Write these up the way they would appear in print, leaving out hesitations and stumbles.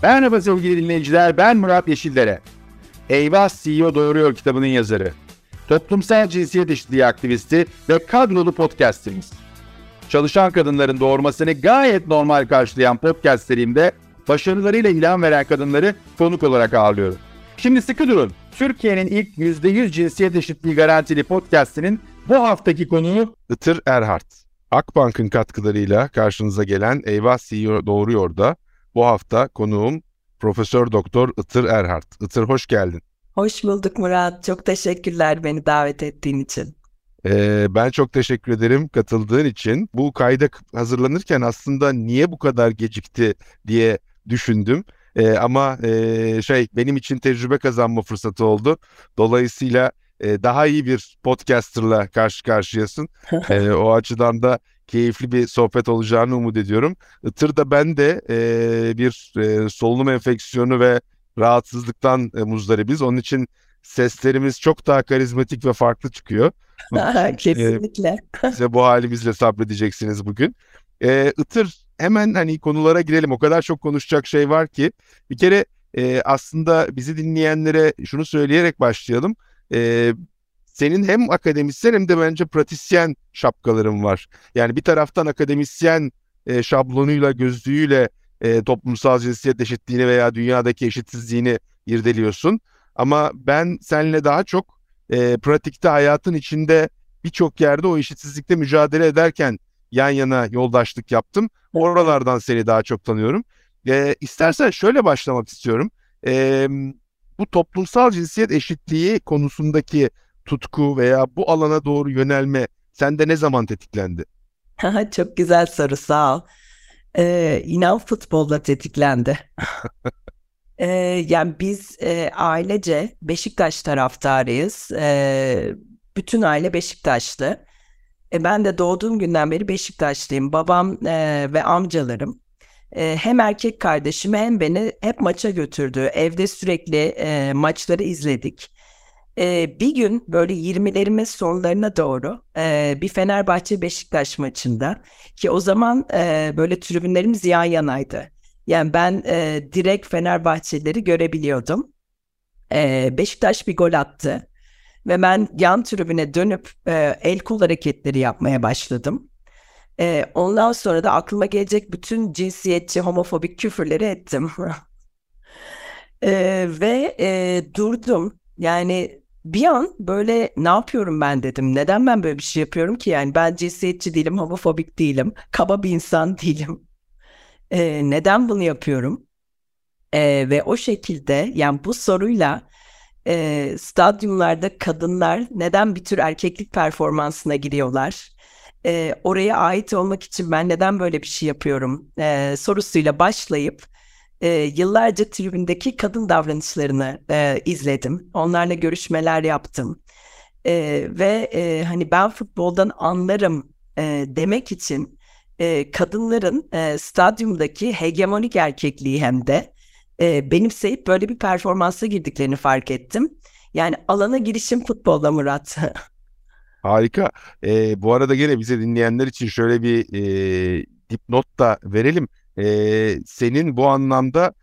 Merhaba sevgili dinleyiciler, ben Murat Yeşildere. Eyvah CEO Doğuruyor kitabının yazarı, toplumsal cinsiyet eşitliği aktivisti ve kadrolu podcastimiz. Çalışan kadınların doğurmasını gayet normal karşılayan podcast serimde başarılarıyla ilham veren kadınları konuk olarak ağırlıyorum. Şimdi sıkı durun, Türkiye'nin ilk %100 cinsiyet eşitliği garantili podcastinin bu haftaki konuğu Itır Erhard. Akbank'ın katkılarıyla karşınıza gelen Eyvah CEO Doğuruyor'da bu hafta konuğum Profesör Doktor Itır Erhard. Itır, hoş geldin. Hoş bulduk Murat. Çok teşekkürler beni davet ettiğin için. Ben çok teşekkür ederim katıldığın için. Bu kayda hazırlanırken aslında niye bu kadar gecikti diye düşündüm. Ama benim için tecrübe kazanma fırsatı oldu. Dolayısıyla daha iyi bir podcasterla karşı karşıyasın. O açıdan da keyifli bir sohbet olacağını umut ediyorum. Itır'da ben de bir solunum enfeksiyonu ve rahatsızlıktan muzdaribiz. Onun için seslerimiz çok daha karizmatik ve farklı çıkıyor. Kesinlikle. Size bu halimizle sabredeceksiniz bugün. Itır, hemen konulara girelim. O kadar çok konuşacak şey var ki. Bir kere aslında bizi dinleyenlere şunu söyleyerek başlayalım. Senin hem akademisyen hem de bence pratisyen şapkaların var. Yani bir taraftan akademisyen şablonuyla, gözlüğüyle toplumsal cinsiyet eşitliğini veya dünyadaki eşitsizliğini irdeliyorsun. Ama ben seninle daha çok pratikte, hayatın içinde birçok yerde o eşitsizlikle mücadele ederken yan yana yoldaşlık yaptım. Oralardan seni daha çok tanıyorum. İstersen şöyle başlamak istiyorum. Bu toplumsal cinsiyet eşitliği konusundaki tutku veya bu alana doğru yönelme sende ne zaman tetiklendi? Çok güzel soru, sağ ol. İnan futbolla tetiklendi. Yani biz ailece Beşiktaş taraftarıyız. Bütün aile Beşiktaşlı. Ben de doğduğum günden beri Beşiktaşlıyım. Babam ve amcalarım hem erkek kardeşimi hem beni hep maça götürdü. Evde sürekli maçları izledik. Bir gün böyle 20'lerimin sonlarına doğru bir Fenerbahçe Beşiktaş maçında, ki o zaman böyle tribünlerimiz yan yanaydı. Yani ben direkt Fenerbahçelileri görebiliyordum. Beşiktaş bir gol attı ve ben yan tribüne dönüp el kol hareketleri yapmaya başladım. Ondan sonra da aklıma gelecek bütün cinsiyetçi, homofobik küfürleri ettim. Ve durdum. Yani bir an böyle ne yapıyorum ben dedim. Neden ben böyle bir şey yapıyorum ki? Yani ben cinsiyetçi değilim, homofobik değilim, kaba bir insan değilim. Neden bunu yapıyorum? Ve o şekilde, yani bu soruyla stadyumlarda kadınlar neden bir tür erkeklik performansına giriyorlar? Oraya ait olmak için ben neden böyle bir şey yapıyorum? Sorusuyla başlayıp yıllarca tribündeki kadın davranışlarını izledim. Onlarla görüşmeler yaptım. Ve hani ben futboldan anlarım demek için kadınların stadyumdaki hegemonik erkekliği hem de benimseyip böyle bir performansa girdiklerini fark ettim. Yani alana girişim futbolla, Murat. Harika. Bu arada gene bize dinleyenler için şöyle bir dipnot da verelim. Senin bu anlamda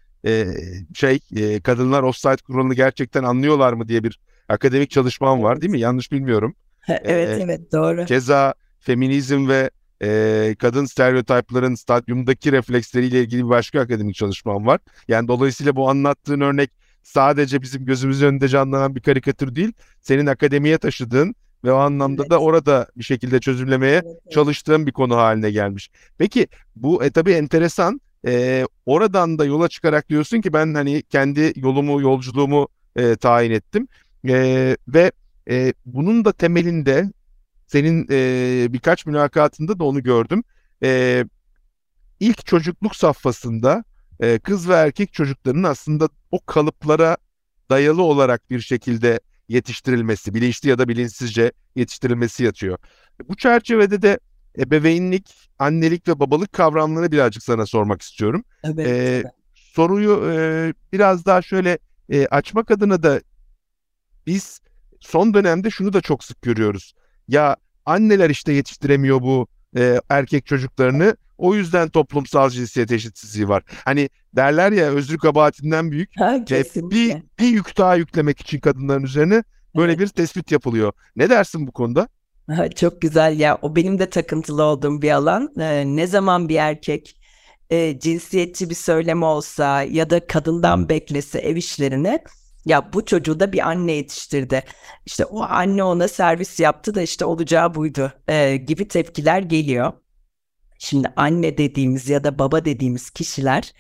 kadınlar offside kuralını gerçekten anlıyorlar mı diye bir akademik çalışman var, değil mi? Yanlış bilmiyorum. Evet, doğru. Keza feminizm ve kadın stereotiplerin stadyumdaki refleksleriyle ilgili bir başka akademik çalışmam var. Yani dolayısıyla bu anlattığın örnek sadece bizim gözümüzün önünde canlanan bir karikatür değil, senin akademiye taşıdığın ve o anlamda da orada bir şekilde çözümlemeye çalıştığım bir konu haline gelmiş. Peki bu tabii enteresan. Oradan da yola çıkarak diyorsun ki ben kendi yolumu, yolculuğumu tayin ettim. Ve bunun da temelinde senin birkaç mülakatında da onu gördüm. İlk çocukluk safhasında kız ve erkek çocuklarının aslında o kalıplara dayalı olarak bir şekilde yetiştirilmesi, bilinçli ya da bilinçsizce yetiştirilmesi yatıyor. Bu çerçevede de ebeveynlik, annelik ve babalık kavramlarını birazcık sana sormak istiyorum. Evet. Soruyu biraz daha şöyle açmak adına da biz son dönemde şunu da çok sık görüyoruz. Ya anneler işte yetiştiremiyor bu erkek çocuklarını. O yüzden toplumsal cinsiyet eşitsizliği var. Hani derler ya, özrü kabahatinden büyük. Kesinlikle. Bir yük daha yüklemek için kadınların üzerine böyle Evet. bir tespit yapılıyor. Ne dersin bu konuda? Çok güzel ya. O benim de takıntılı olduğum bir alan. Ne zaman bir erkek cinsiyetçi bir söylemi olsa ya da kadından beklese ev işlerine, ya bu çocuğu da bir anne yetiştirdi, İşte o anne ona servis yaptı da işte olacağı buydu gibi tepkiler geliyor. Şimdi anne dediğimiz ya da baba dediğimiz kişiler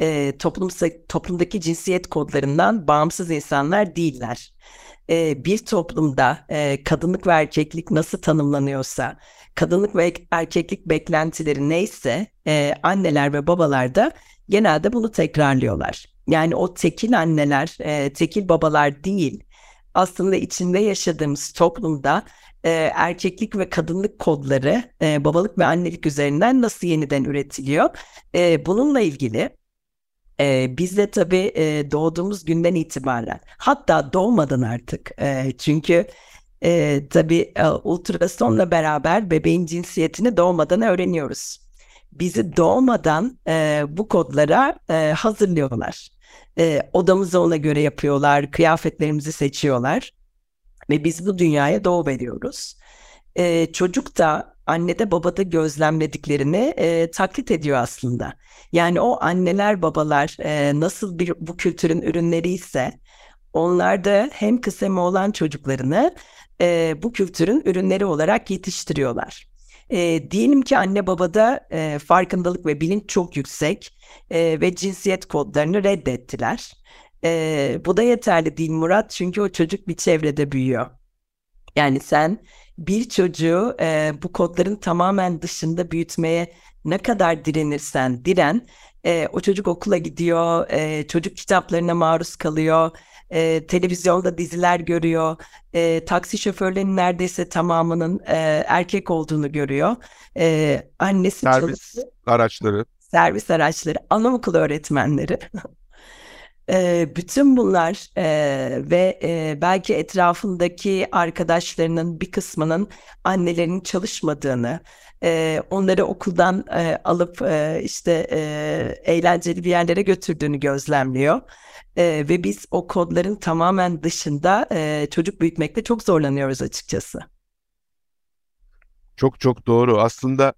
toplumdaki cinsiyet kodlarından bağımsız insanlar değiller. Bir toplumda kadınlık ve erkeklik nasıl tanımlanıyorsa, kadınlık ve erkeklik beklentileri neyse, anneler ve babalar da genelde bunu tekrarlıyorlar. Yani o tekil anneler, tekil babalar değil, aslında içinde yaşadığımız toplumda erkeklik ve kadınlık kodları babalık ve annelik üzerinden nasıl yeniden üretiliyor? Bununla ilgili biz de tabii doğduğumuz günden itibaren, hatta doğmadan artık, çünkü tabii ultrasonla beraber bebeğin cinsiyetini doğmadan öğreniyoruz. Bizi doğmadan bu kodlara hazırlıyorlar. Odamızı ona göre yapıyorlar, kıyafetlerimizi seçiyorlar ve biz bu dünyaya doğuveriyoruz. Çocuk da annede babada gözlemlediklerini taklit ediyor aslında. Yani o anneler babalar nasıl bu kültürün ürünleri ise, onlar da hem kız hem oğlan çocuklarını bu kültürün ürünleri olarak yetiştiriyorlar. Diyelim ki anne babada farkındalık ve bilinç çok yüksek ve cinsiyet kodlarını reddettiler. Bu da yeterli değil Murat, çünkü o çocuk bir çevrede büyüyor. Yani sen bir çocuğu bu kodların tamamen dışında büyütmeye ne kadar direnirsen diren, o çocuk okula gidiyor, çocuk kitaplarına maruz kalıyor, televizyonda diziler görüyor, taksi şoförlerinin neredeyse tamamının erkek olduğunu görüyor. Annesi Servis çalışıyor, araçları. servis araçları, anaokulu öğretmenleri. Bütün bunlar ve belki etrafındaki arkadaşlarının bir kısmının annelerinin çalışmadığını, onları okuldan alıp işte eğlenceli bir yerlere götürdüğünü gözlemliyor. Ve biz o kodların tamamen dışında çocuk büyütmekte çok zorlanıyoruz açıkçası. Çok çok doğru. Aslında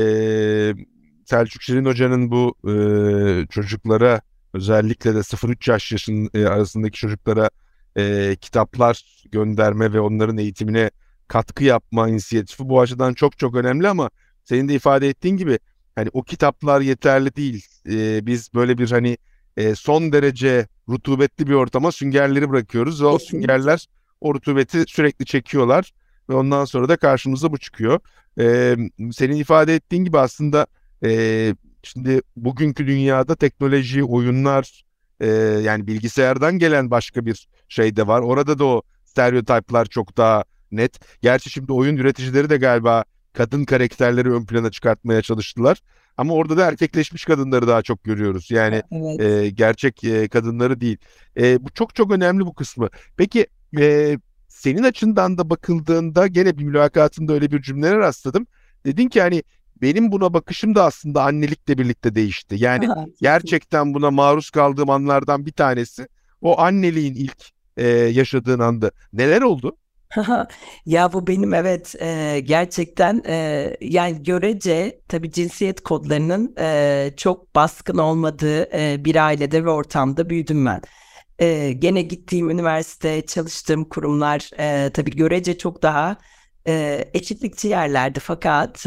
Selçuk Şirin Hoca'nın bu çocuklara, özellikle de 0-3 yaşın arasındaki çocuklara kitaplar gönderme ve onların eğitimine katkı yapma inisiyatifi bu açıdan çok çok önemli, ama senin de ifade ettiğin gibi hani o kitaplar yeterli değil. Biz böyle bir hani son derece rutubetli bir ortama süngerleri bırakıyoruz ve o Kesinlikle. süngerler o rutubeti sürekli çekiyorlar ve ondan sonra da karşımıza bu çıkıyor. Senin ifade ettiğin gibi aslında şimdi bugünkü dünyada teknoloji, oyunlar, yani bilgisayardan gelen başka bir şey de var. Orada da o stereotipler çok daha net. Gerçi şimdi oyun üreticileri de galiba kadın karakterleri ön plana çıkartmaya çalıştılar. Ama orada da erkekleşmiş kadınları daha çok görüyoruz. Yani Evet. gerçek kadınları değil. Bu çok çok önemli bu kısmı. Peki e, senin açından da bakıldığında gene bir mülakatında öyle bir cümlere rastladım. Dedin ki hani benim buna bakışım da aslında annelikle birlikte değişti. Yani Kesinlikle. gerçekten buna maruz kaldığım anlardan bir tanesi o anneliğin ilk yaşadığın anda. Neler oldu? Ya bu benim, evet, gerçekten yani görece tabii cinsiyet kodlarının çok baskın olmadığı bir ailede ve ortamda büyüdüm ben. Gene gittiğim üniversite, çalıştığım kurumlar tabii görece çok daha eşitlikçi yerlerdi, fakat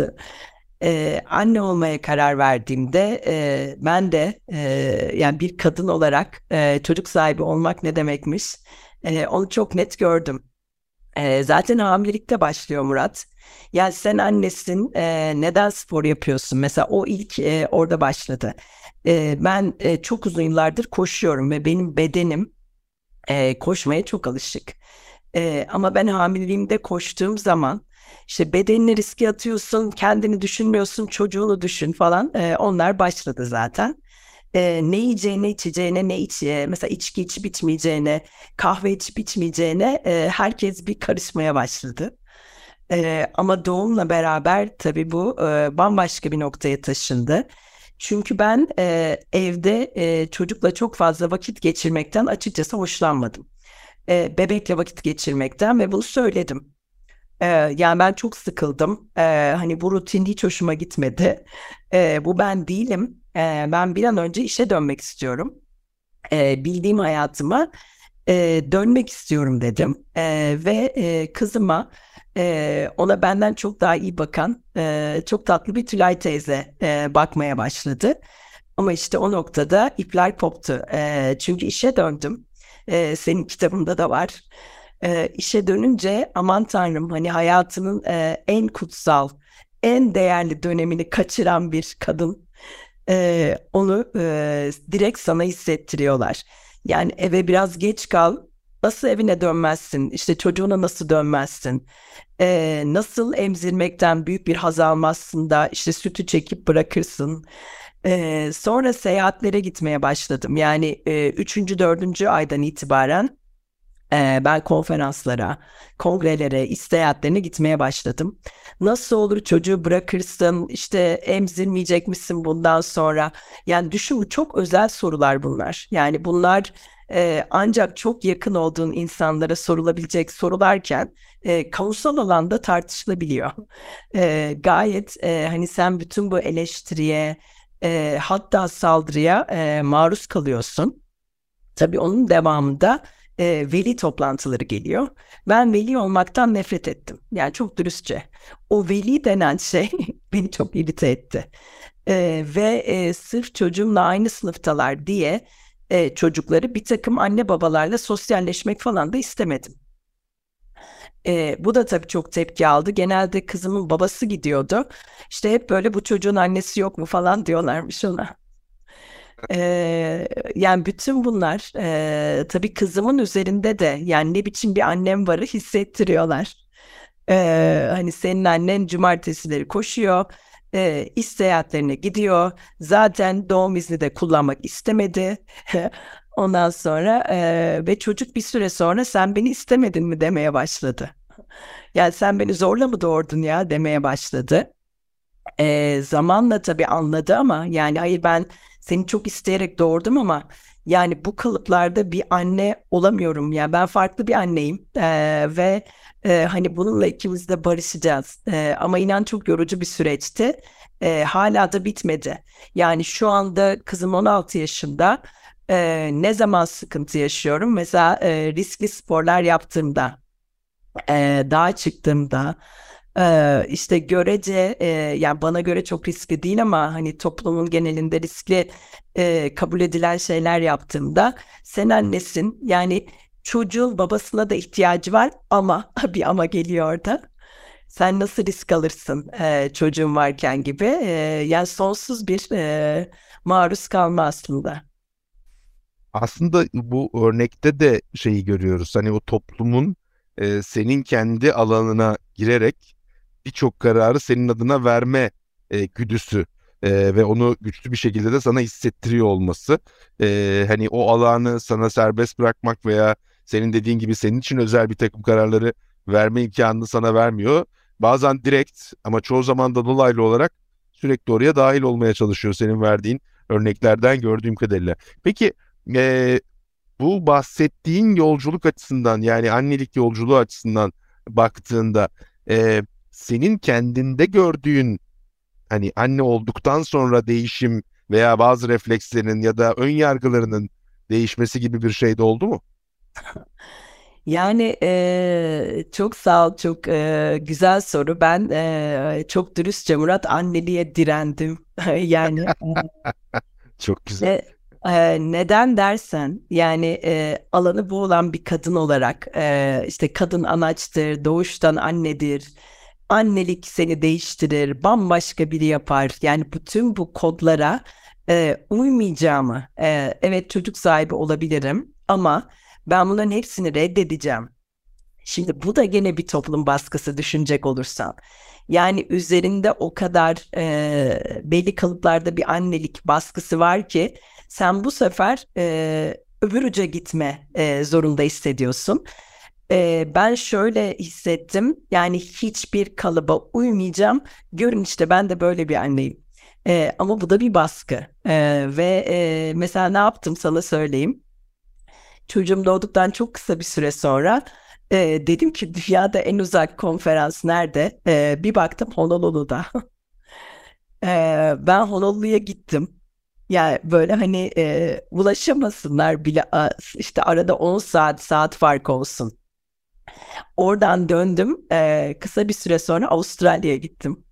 anne olmaya karar verdiğimde ben de yani bir kadın olarak çocuk sahibi olmak ne demekmiş, onu çok net gördüm. Zaten hamilelikte başlıyor Murat. Yani sen annesin, neden spor yapıyorsun? Mesela o ilk orada başladı. Ben çok uzun yıllardır koşuyorum ve benim bedenim koşmaya çok alışık. Ama ben hamileliğimde koştuğum zaman işte bedenini riske atıyorsun, kendini düşünmüyorsun, çocuğunu düşün falan. Onlar başladı zaten. Ne yiyeceğine, içeceğine, mesela içki içip içmeyeceğine, kahve içip içmeyeceğine herkes bir karışmaya başladı. Ama doğumla beraber tabii bu bambaşka bir noktaya taşındı. Çünkü ben evde çocukla çok fazla vakit geçirmekten açıkçası hoşlanmadım. Bebekle vakit geçirmekten ve bunu söyledim. Yani ben çok sıkıldım. Hani bu rutin hiç hoşuma gitmedi. Bu ben değilim. Ben bir an önce işe dönmek istiyorum. Bildiğim hayatıma dönmek istiyorum dedim. Ve kızıma ona benden çok daha iyi bakan çok tatlı bir Tülay teyze bakmaya başladı. Ama işte o noktada ipler koptu. Çünkü işe döndüm. Senin kitabında da var. İşe dönünce aman tanrım hani hayatının en kutsal, en değerli dönemini kaçıran bir kadın onu direkt sana hissettiriyorlar. Yani eve biraz geç kal, nasıl evine dönmezsin, işte çocuğuna nasıl dönmezsin, nasıl emzirmekten büyük bir haz almazsın da işte sütü çekip bırakırsın. Sonra seyahatlere gitmeye başladım. Yani 3. 4. aydan itibaren ben konferanslara, kongrelere, iş seyahatlerine gitmeye başladım. Nasıl olur çocuğu bırakırsın, işte emzirmeyecek misin bundan sonra? Yani düşün bu çok özel sorular bunlar. Yani bunlar ancak çok yakın olduğun insanlara sorulabilecek sorularken kamusal alanda tartışılabiliyor. Gayet hani sen bütün bu eleştiriye hatta saldırıya maruz kalıyorsun. Tabii onun devamında veli toplantıları geliyor. Ben veli olmaktan nefret ettim. Yani çok dürüstçe. O veli denen şey beni çok irite etti. Ve sırf çocuğumla aynı sınıftalar diye çocukları bir takım anne babalarla sosyalleşmek falan da istemedim. Bu da tabii çok tepki aldı. Genelde kızımın babası gidiyordu. İşte hep böyle bu çocuğun annesi yok mu falan diyorlarmış ona. Yani bütün bunlar tabii kızımın üzerinde de yani ne biçim bir annem varı hissettiriyorlar. Hani senin annen cumartesileri koşuyor, iş seyahatlerine gidiyor. Zaten doğum izni de kullanmak istemedi. Ondan sonra ve çocuk bir süre sonra sen beni istemedin mi demeye başladı. Yani sen beni zorla mı doğurdun ya demeye başladı. Zamanla tabii anladı ama yani hayır ben seni çok isteyerek doğurdum ama yani bu kalıplarda bir anne olamıyorum ya ben farklı bir anneyim. Ve hani bununla ikimiz de barışacağız. Ama inan çok yorucu bir süreçti. Hala da bitmedi. Yani şu anda kızım 16 yaşında. Ne zaman sıkıntı yaşıyorum? Mesela riskli sporlar yaptığımda, dağa çıktığımda, işte görece yani bana göre çok riskli değil ama hani toplumun genelinde riskli kabul edilen şeyler yaptığımda sen annesin yani çocuğun babasına da ihtiyacı var ama bir ama geliyor orada. Sen nasıl risk alırsın çocuğun varken gibi yani sonsuz bir maruz kalma aslında. Aslında bu örnekte de şeyi görüyoruz. Hani o toplumun senin kendi alanına girerek birçok kararı senin adına verme güdüsü ve onu güçlü bir şekilde de sana hissettiriyor olması. Hani o alanı sana serbest bırakmak veya senin dediğin gibi senin için özel bir takım kararları verme imkanını sana vermiyor. Bazen direkt ama çoğu zaman da dolaylı olarak sürekli oraya dahil olmaya çalışıyor senin verdiğin örneklerden gördüğüm kadarıyla. Peki e, bu bahsettiğin yolculuk açısından yani annelik yolculuğu açısından baktığında senin kendinde gördüğün hani anne olduktan sonra değişim veya bazı reflekslerin ya da ön yargılarının değişmesi gibi bir şey de oldu mu? Yani çok sağ ol, çok güzel soru. Ben çok dürüstçe Murat anneliğe direndim. Yani Çok güzel. ne, neden dersen yani alanı bu olan bir kadın olarak işte kadın anaçtır, doğuştan annedir. Annelik seni değiştirir, bambaşka biri yapar. Yani bütün bu kodlara uymayacağımı, evet çocuk sahibi olabilirim ama ben bunların hepsini reddedeceğim. Şimdi bu da gene bir toplum baskısı düşünecek olursan. Yani üzerinde o kadar belli kalıplarda bir annelik baskısı var ki sen bu sefer öbür uca gitme zorunda hissediyorsun. Ben şöyle hissettim, yani hiçbir kalıba uymayacağım. Görün işte ben de böyle bir anneyim. Ama bu da bir baskı. Ve mesela ne yaptım sana söyleyeyim. Çocuğum doğduktan çok kısa bir süre sonra dedim ki dünyada en uzak konferans nerede? Bir baktım Honolulu'da. Ben Honolulu'ya gittim. Yani böyle hani ulaşamasınlar bile, işte arada 10 saat fark olsun. Oradan döndüm. Kısa bir süre sonra Avustralya'ya gittim.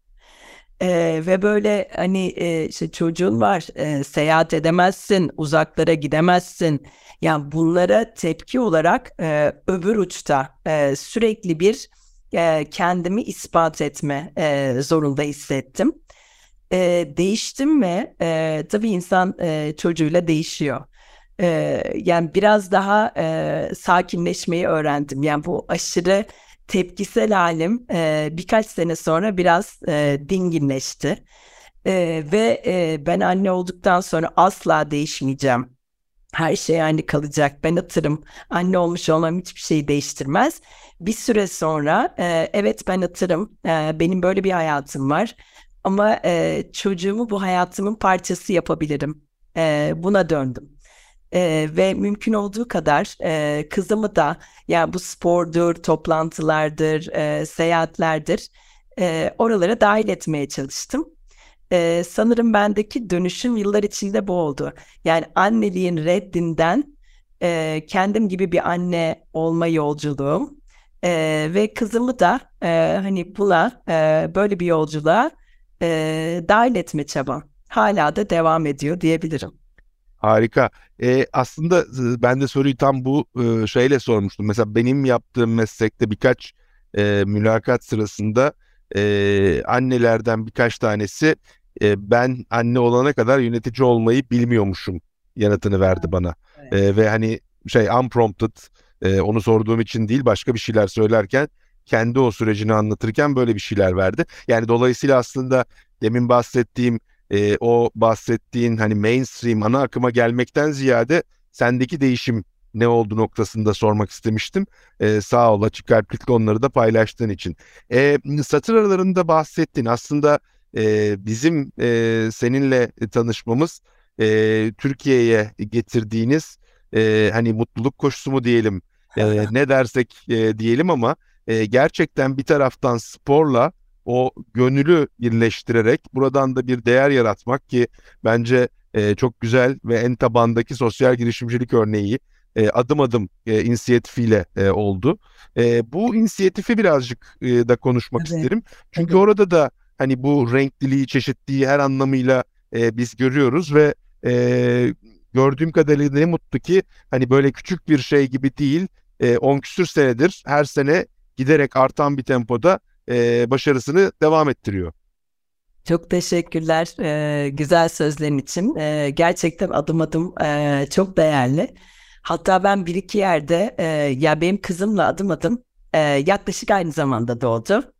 Ve böyle hani işte çocuğun var, seyahat edemezsin, uzaklara gidemezsin. Yani bunlara tepki olarak öbür uçta sürekli bir kendimi ispat etme zorunda hissettim. Değiştim ve tabii insan çocuğuyla değişiyor. Yani biraz daha sakinleşmeyi öğrendim. Yani bu aşırı tepkisel halim birkaç sene sonra biraz dinginleşti. Ve ben anne olduktan sonra asla değişmeyeceğim. Her şey aynı kalacak. Ben atırım. Anne olmuş olmam hiçbir şeyi değiştirmez. Bir süre sonra evet ben atırım. Benim böyle bir hayatım var. Ama çocuğumu bu hayatımın parçası yapabilirim. Buna döndüm. Ve mümkün olduğu kadar kızımı da, yani bu spordur, toplantılardır, seyahatlerdir, oralara dahil etmeye çalıştım. Sanırım bendeki dönüşüm yıllar içinde bu oldu. Yani anneliğin reddinden kendim gibi bir anne olma yolculuğum, ve kızımı da hani buna, böyle bir yolculuğa dahil etme çabam hala da devam ediyor diyebilirim. Harika. Aslında ben de soruyu tam bu şeyle sormuştum. Mesela benim yaptığım meslekte birkaç mülakat sırasında annelerden birkaç tanesi ben anne olana kadar yönetici olmayı bilmiyormuşum yanıtını verdi bana. Evet. Ve hani unprompted, onu sorduğum için değil, başka bir şeyler söylerken kendi o sürecini anlatırken böyle bir şeyler verdi. Yani dolayısıyla aslında demin bahsettiğim o bahsettiğin hani mainstream ana akıma gelmekten ziyade sendeki değişim ne oldu noktasında sormak istemiştim. Sağ ol, açık kalplikle onları da paylaştığın için. Satır aralarında bahsettin. Aslında bizim seninle tanışmamız Türkiye'ye getirdiğiniz hani mutluluk koşusu mu diyelim, ne dersek diyelim, ama gerçekten bir taraftan sporla o gönülü birleştirerek buradan da bir değer yaratmak, ki bence çok güzel ve en tabandaki sosyal girişimcilik örneği adım adım inisiyatifiyle oldu. Bu inisiyatifi birazcık da konuşmak Evet, isterim. Çünkü evet. orada da hani bu renkliliği, çeşitliliği her anlamıyla biz görüyoruz ve gördüğüm kadarıyla ne mutlu ki hani böyle küçük bir şey gibi değil, 10 küsür senedir her sene giderek artan bir tempoda başarısını devam ettiriyor. Çok teşekkürler güzel sözlerin için. Gerçekten adım adım çok değerli. Hatta ben bir iki yerde, ya benim kızımla adım adım yaklaşık aynı zamanda doğdu.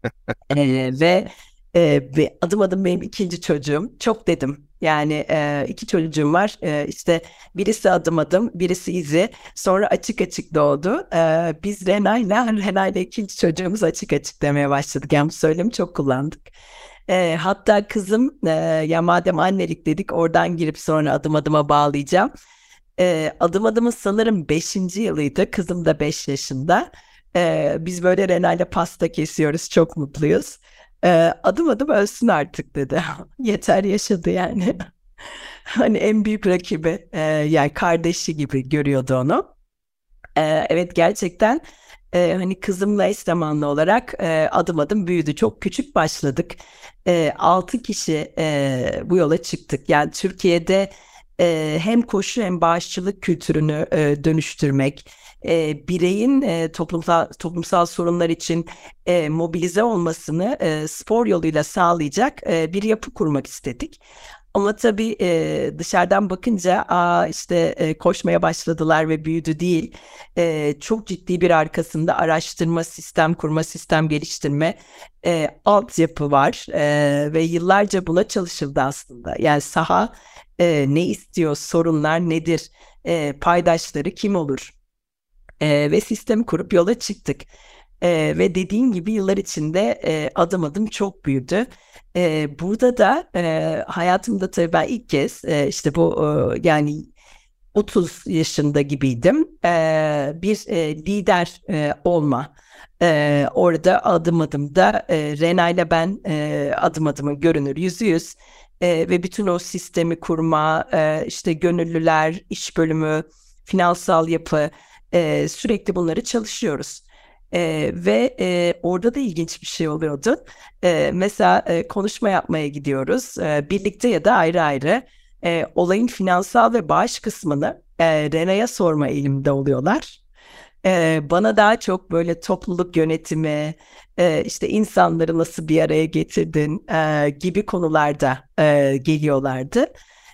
Ve adım adım benim ikinci çocuğum. Çok dedim. Yani iki çocuğum var. İşte birisi adım adım, birisi izi. Sonra açık açık doğdu. Biz Rena'yla ikinci çocuğumuz açık açık demeye başladık. Yani bu söylemi çok kullandık. Hatta kızım, ya madem annelik dedik oradan girip sonra adım adıma bağlayacağım. Adım adımın sanırım beşinci yılıydı. Kızım da 5 yaşında. Biz böyle Rena'yla pasta kesiyoruz. Çok mutluyuz. Adım adım ölsün artık dedi. Yeter yaşadı yani. Hani en büyük rakibi, yani kardeşi gibi görüyordu onu. Evet, gerçekten hani kızımla eş zamanlı olarak adım adım büyüdü. Çok küçük başladık. 6 kişi bu yola çıktık. Yani Türkiye'de hem koşu hem bağışçılık kültürünü dönüştürmek, bireyin toplumsal sorunlar için mobilize olmasını spor yoluyla sağlayacak bir yapı kurmak istedik. Ama tabii dışarıdan bakınca işte koşmaya başladılar ve büyüdü değil. Çok ciddi bir arkasında araştırma, sistem kurma, sistem geliştirme altyapı var. Ve yıllarca buna çalışıldı aslında. Yani saha ne istiyor, sorunlar nedir, paydaşları kim olur? Ve sistemi kurup yola çıktık. Ve dediğin gibi yıllar içinde adım adım çok büyüdü. Burada da hayatımda tabii ben ilk kez işte bu yani 30 yaşında gibiydim. Bir lider olma. Orada adım adım da Rena ile ben adım adımın görünür yüzüyüz. Ve bütün o sistemi kurma, işte gönüllüler, iş bölümü, finansal yapı, sürekli bunları çalışıyoruz. Ve orada da ilginç bir şey oluyordu. Mesela konuşma yapmaya gidiyoruz. Birlikte ya da ayrı ayrı olayın finansal ve bağış kısmını Rena'ya sorma eğiliminde oluyorlar. Bana daha çok böyle topluluk yönetimi, işte insanları nasıl bir araya getirdin gibi konularda geliyorlardı.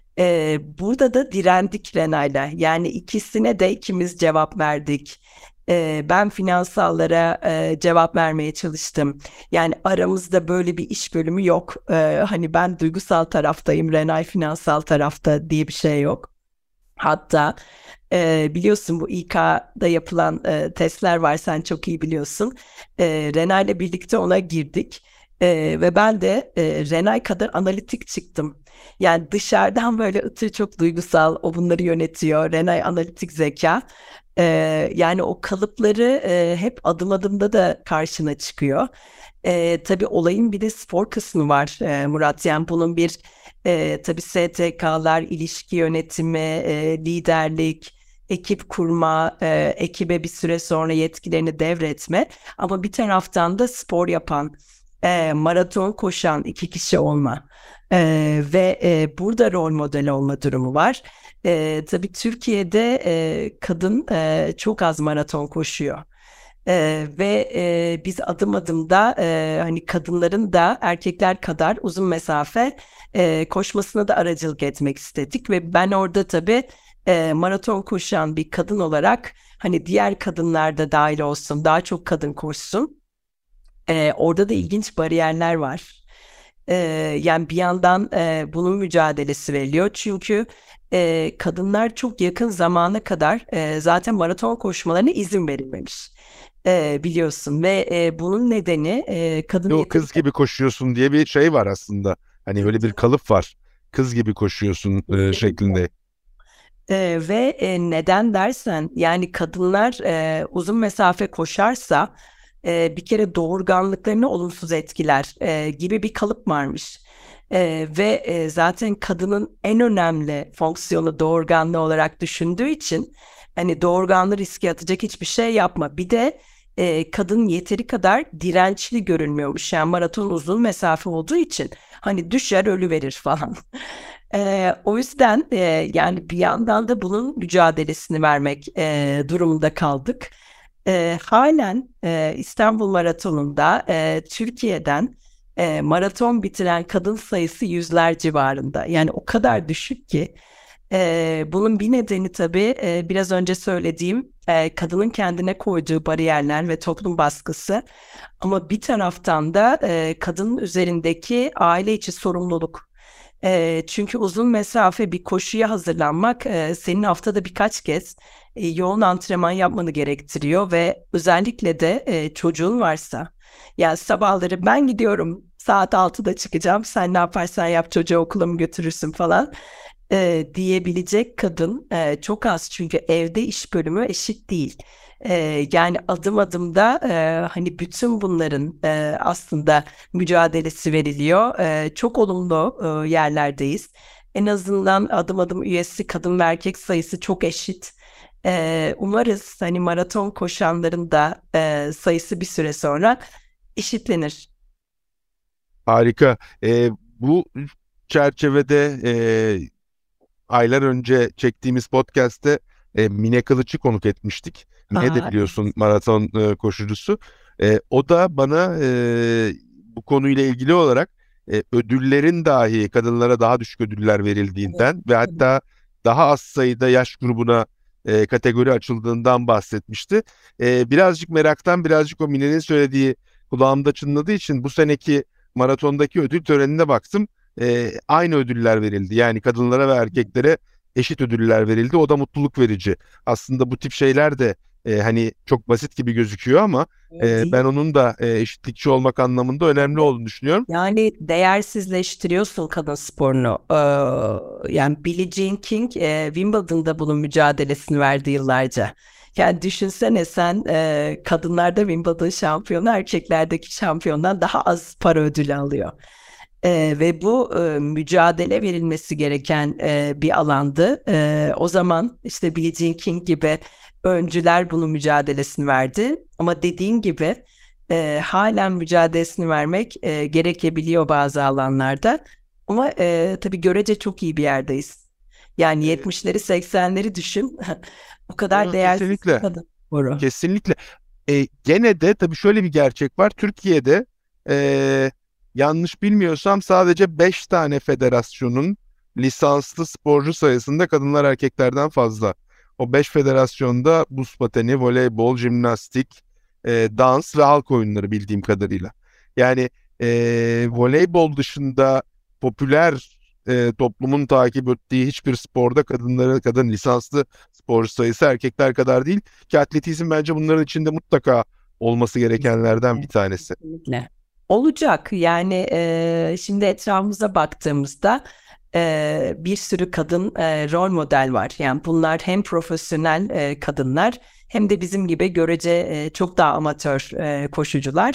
Burada da direndik Rena'yla. Yani ikisine de ikimiz cevap verdik. Ben finansallara cevap vermeye çalıştım. Yani aramızda böyle bir iş bölümü yok. Hani ben duygusal taraftayım, Renay finansal tarafta diye bir şey yok. Hatta biliyorsun bu İK'da yapılan testler var, sen çok iyi biliyorsun. Renay ile birlikte ona girdik. Ve ben de Renay kadar analitik çıktım. Yani dışarıdan böyle Itır çok duygusal, o bunları yönetiyor. Renay analitik zeka. Yani o kalıpları hep adım adımda da karşına çıkıyor. Tabii olayın bir de spor kısmı var Murat. Yani bunun bir tabii STK'lar, ilişki yönetimi, liderlik, ekip kurma, ekibe bir süre sonra yetkilerini devretme. Ama bir taraftan da spor yapan, maraton koşan iki kişi olma. Ve burada rol model olma durumu var. Tabii Türkiye'de kadın çok az maraton koşuyor. Ve biz adım adım da hani kadınların da erkekler kadar uzun mesafe koşmasına da aracılık etmek istedik ve ben orada tabii maraton koşan bir kadın olarak hani diğer kadınlar da dahil olsun, daha çok kadın koşsun. Orada da ilginç bariyerler var. Ee, Yani bir yandan bunun mücadelesi veriliyor. Çünkü kadınlar çok yakın zamana kadar zaten maraton koşmalarına izin verilmemiş. Biliyorsun ve bunun nedeni kadın O kız gibi koşuyorsun diye bir şey var aslında. Hani öyle bir kalıp var. Kız gibi koşuyorsun şeklinde. Ve neden dersen yani kadınlar uzun mesafe koşarsa bir kere doğurganlıklarını olumsuz etkiler gibi bir kalıp varmış. Ve zaten kadının en önemli fonksiyonu doğurganlığı olarak düşündüğü için hani doğurganlığı riske atacak hiçbir şey yapma. Bir de kadın yeteri kadar dirençli görünmüyormuş. Yani maraton uzun mesafe olduğu için hani düşer ölü verir falan. O yüzden yani bir yandan da bunun mücadelesini vermek durumunda kaldık. Halen İstanbul Maratonu'nda Türkiye'den maraton bitiren kadın sayısı yüzler civarında. Yani o kadar düşük ki bunun bir nedeni tabii biraz önce söylediğim kadının kendine koyduğu bariyerler ve toplum baskısı. Ama bir taraftan da kadının üzerindeki aile içi sorumluluk. Çünkü uzun mesafe bir koşuya hazırlanmak senin haftada birkaç kez yoğun antrenman yapmanı gerektiriyor ve özellikle de çocuğun varsa yani sabahları ben gidiyorum saat 6'da çıkacağım sen ne yaparsan yap çocuğu okula mı götürürsün falan diyebilecek kadın çok az çünkü evde iş bölümü eşit değil. Yani adım adım da hani bütün bunların aslında mücadelesi veriliyor. Çok olumlu yerlerdeyiz. En azından adım adım üyesi kadın ve erkek sayısı çok eşit. Umarız hani maraton koşanların da sayısı bir süre sonra eşitlenir. Harika. Bu çerçevede aylar önce çektiğimiz podcast'te Mine Kılıç'ı konuk etmiştik. Mine de Aa, biliyorsun maraton koşucusu. O da bana bu konuyla ilgili olarak ödüllerin dahi kadınlara daha düşük ödüller evet, verildiğinden ve evet. hatta daha az sayıda yaş grubuna kategori açıldığından bahsetmişti. Birazcık meraktan birazcık o Mine'nin söylediği kulağımda çınladığı için bu seneki maratondaki ödül törenine baktım. Aynı ödüller verildi. Yani kadınlara ve erkeklere eşit ödüller verildi. O da mutluluk verici. Aslında bu tip şeyler de hani çok basit gibi gözüküyor ama Değil. ben onun da eşitlikçi olmak anlamında önemli olduğunu düşünüyorum. Yani değersizleştiriyorsun kadın sporunu. Yani Billie Jean King Wimbledon'da bunun mücadelesini verdi yıllarca. Yani düşünsene sen kadınlarda Wimbledon şampiyonu erkeklerdeki şampiyondan daha az para ödülü alıyor. Ve bu mücadele verilmesi gereken bir alandı. O zaman işte Billie Jean King gibi öncüler bunun mücadelesini verdi. Ama dediğin gibi halen mücadelesini vermek gerekebiliyor bazı alanlarda. Ama tabii görece çok iyi bir yerdeyiz. Yani 70'leri 80'leri düşün. O kadar değersiz bir Kesinlikle. kadın sporu. Kesinlikle. Gene de tabii şöyle bir gerçek var. Türkiye'de e, yanlış bilmiyorsam sadece 5 tane federasyonun lisanslı sporcu sayısında kadınlar erkeklerden fazla. O 5 federasyonda buz pateni, voleybol, jimnastik, dans ve halk oyunları bildiğim kadarıyla. Yani voleybol dışında popüler toplumun takip ettiği hiçbir sporda kadın lisanslı sporcu sayısı erkekler kadar değil. Ki atletizm bence bunların içinde mutlaka olması gerekenlerden bir tanesi. Kesinlikle. Olacak. Yani şimdi etrafımıza baktığımızda bir sürü kadın rol model var. Yani bunlar hem profesyonel kadınlar hem de bizim gibi görece çok daha amatör koşucular.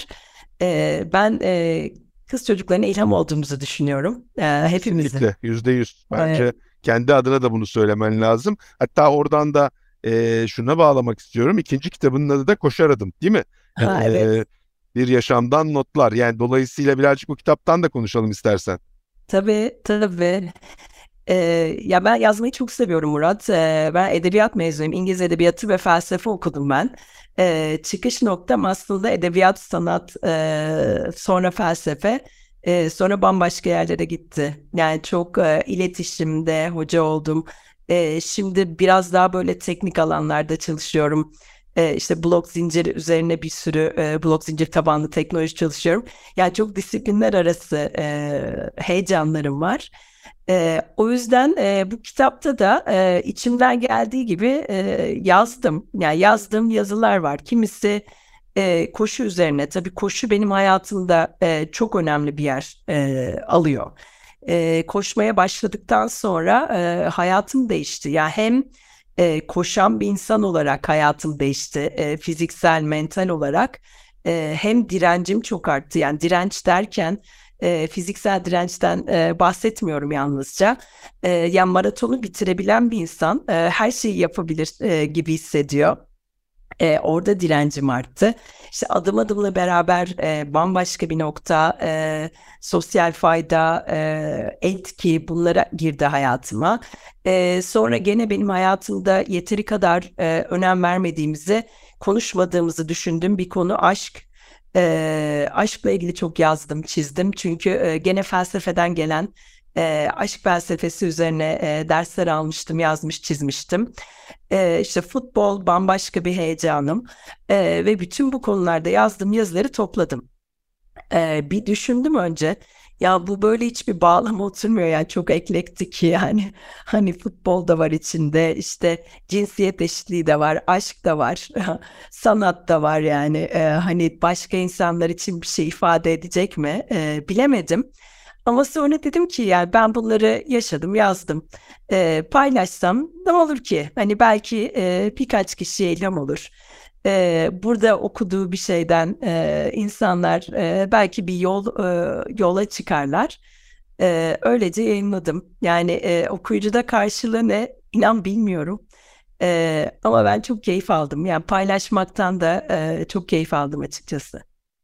Ben kız çocuklarına ilham olduğumuzu düşünüyorum. Hepimizin. Kesinlikle %100. E, Bence kendi adına da bunu söylemen lazım. Hatta oradan da şuna bağlamak istiyorum. İkinci kitabının adı da Koşar Adım, değil mi? ha, evet. Bir yaşamdan notlar. Yani dolayısıyla birazcık bu kitaptan da konuşalım istersen. Tabii, tabii. Ee, Ya ben yazmayı çok seviyorum Murat. Ben edebiyat mezunuyum. İngiliz edebiyatı ve felsefe okudum ben. Çıkış noktam aslında edebiyat, sanat, sonra felsefe, sonra bambaşka yerlere gitti. Yani çok iletişimde hoca oldum. Şimdi biraz daha böyle teknik alanlarda çalışıyorum. İşte blok zinciri üzerine bir sürü blok zincir tabanlı teknoloji çalışıyorum. Yani çok disiplinler arası heyecanlarım var. O yüzden bu kitapta da içimden geldiği gibi yazdım. Yani yazdığım yazılar var. Kimisi koşu üzerine. Tabii koşu benim hayatımda çok önemli bir yer alıyor. Koşmaya başladıktan sonra hayatım değişti. Yani hem koşan bir insan olarak hayatım değişti. Fiziksel, mental olarak. Hem direncim çok arttı. Yani direnç derken fiziksel dirençten bahsetmiyorum yalnızca. Yani maratonu bitirebilen bir insan her şeyi yapabilir gibi hissediyor. Orada direncim arttı. İşte adım adımla beraber bambaşka bir nokta, sosyal fayda, etki bunlara girdi hayatıma. Sonra gene benim hayatımda yeteri kadar önem vermediğimizi, konuşmadığımızı düşündüğüm bir konu aşk. Aşkla ilgili çok yazdım, çizdim. Çünkü gene felsefeden gelen aşk felsefesi üzerine dersler almıştım, yazmış, çizmiştim. İşte futbol bambaşka bir heyecanım. Ve bütün bu konularda yazdığım yazıları topladım. Bir düşündüm önce. Ya bu böyle hiçbir bağlama oturmuyor yani çok eklektik yani hani futbol da var içinde işte cinsiyet eşitliği de var aşk da var sanat da var yani hani başka insanlar için bir şey ifade edecek mi bilemedim. Ama sonra dedim ki yani ben bunları yaşadım, yazdım. Paylaşsam ne olur ki? Hani belki birkaç kişiye ilham olur. Burada okuduğu bir şeyden insanlar belki bir yola çıkarlar. Öylece yayınladım. Yani okuyucuda karşılığı ne? İnan bilmiyorum. Ama ben çok keyif aldım. Yani paylaşmaktan da çok keyif aldım açıkçası.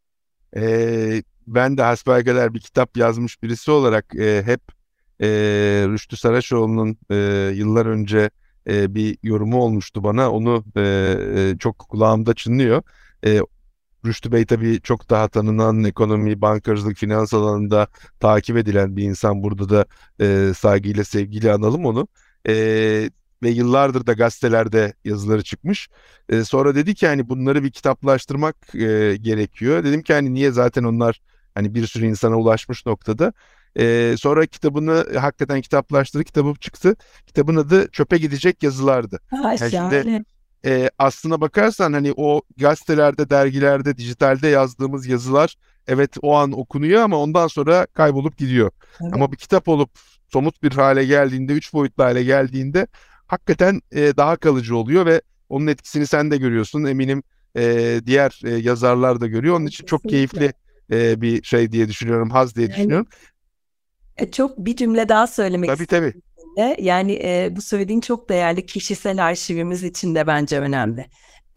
Ben de hasbelkader bir kitap yazmış birisi olarak hep e, Rüştü Saraçoğlu'nun yıllar önce bir yorumu olmuştu bana. Onu çok kulağımda çınlıyor. E, Rüştü Bey tabii çok daha tanınan ekonomi, bankacılık, finans alanında takip edilen bir insan. Burada da saygıyla, sevgiyle analım onu. Ve yıllardır da gazetelerde yazıları çıkmış. Sonra dedi ki hani bunları bir kitaplaştırmak gerekiyor. Dedim ki hani niye zaten onlar hani bir sürü insana ulaşmış noktada. Sonra kitabını hakikaten kitaplaştırdı, kitabı çıktı. Kitabın adı Çöpe Gidecek Yazılardı. Ha, Yani şimdi şahane. aslına bakarsan hani o gazetelerde, dergilerde, dijitalde yazdığımız yazılar evet o an okunuyor ama ondan sonra kaybolup gidiyor. Evet. Ama bir kitap olup somut bir hale geldiğinde, 3 boyutlu hale geldiğinde hakikaten daha kalıcı oluyor ve onun etkisini sen de görüyorsun. Eminim diğer yazarlar da görüyor. Onun için çok Kesinlikle. keyifli bir şey diye düşünüyorum, haz diye Yani düşünüyorum. çok bir cümle daha söylemek Tabii istedim. tabii. Yani bu söylediğin çok değerli, kişisel arşivimiz için de bence önemli.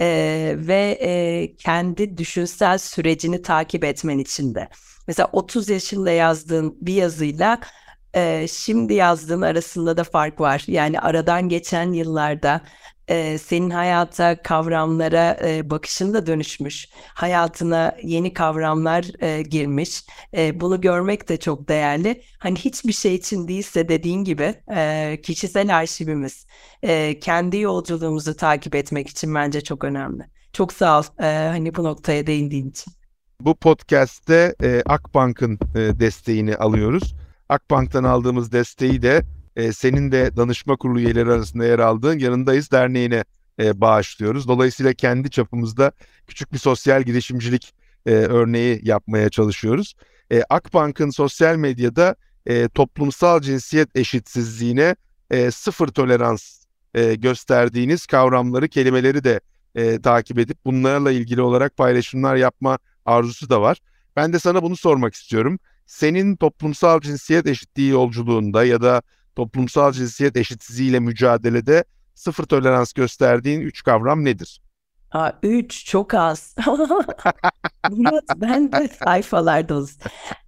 Ve kendi düşünsel sürecini takip etmen için de. Mesela 30 yaşında yazdığın bir yazıyla şimdi yazdığın arasında da fark var. Yani aradan geçen yıllarda senin hayata, kavramlara bakışın da dönüşmüş. Hayatına yeni kavramlar girmiş. Bunu görmek de çok değerli. Hani hiçbir şey için değilse dediğin gibi kişisel arşivimiz, kendi yolculuğumuzu takip etmek için bence çok önemli. Çok sağ ol hani bu noktaya değindiğin için. Bu podcast'te Akbank'ın desteğini alıyoruz. Akbank'tan aldığımız desteği de senin de danışma kurulu üyeleri arasında yer aldığın Yanındayız Derneği'ne bağışlıyoruz. Dolayısıyla kendi çapımızda küçük bir sosyal girişimcilik örneği yapmaya çalışıyoruz. Akbank'ın sosyal medyada toplumsal cinsiyet eşitsizliğine sıfır tolerans gösterdiğiniz kavramları, kelimeleri de takip edip bunlarla ilgili olarak paylaşımlar yapma arzusu da var. Ben de sana bunu sormak istiyorum. Senin toplumsal cinsiyet eşitliği yolculuğunda ya da toplumsal cinsiyet eşitsizliğiyle mücadelede sıfır tolerans gösterdiğin 3 kavram nedir? 3 çok az. Murat ben de sayfalarda olsun.